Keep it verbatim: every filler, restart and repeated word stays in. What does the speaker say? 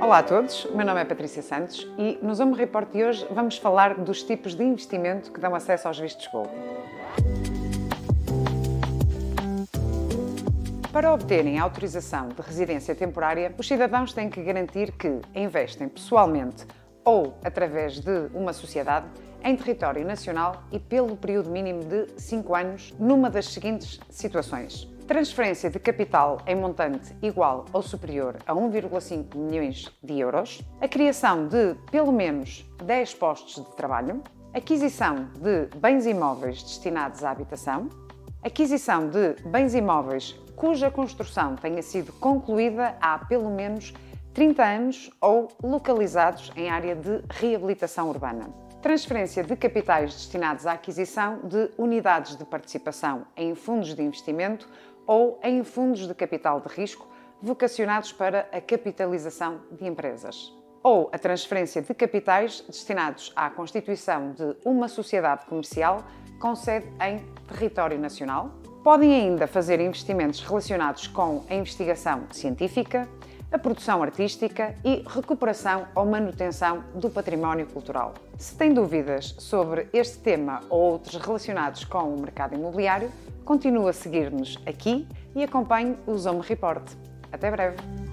Olá a todos, o meu nome é Patrícia Santos e no Zoom Report de hoje vamos falar dos tipos de investimento que dão acesso aos vistos Gold. Para obterem a autorização de residência temporária, os cidadãos têm que garantir que investem pessoalmente ou através de uma sociedade em território nacional e pelo período mínimo de cinco anos, numa das seguintes situações: transferência de capital em montante igual ou superior a um vírgula cinco milhões de euros, a criação de pelo menos dez postos de trabalho, aquisição de bens imóveis destinados à habitação, aquisição de bens imóveis cuja construção tenha sido concluída há pelo menos trinta anos ou localizados em área de reabilitação urbana. Transferência de capitais destinados à aquisição de unidades de participação em fundos de investimento ou em fundos de capital de risco vocacionados para a capitalização de empresas. Ou a transferência de capitais destinados à constituição de uma sociedade comercial com sede em território nacional. Podem ainda fazer investimentos relacionados com a investigação científica, a produção artística e recuperação ou manutenção do património cultural. Se tem dúvidas sobre este tema ou outros relacionados com o mercado imobiliário, continue a seguir-nos aqui e acompanhe o Zoom Report. Até breve!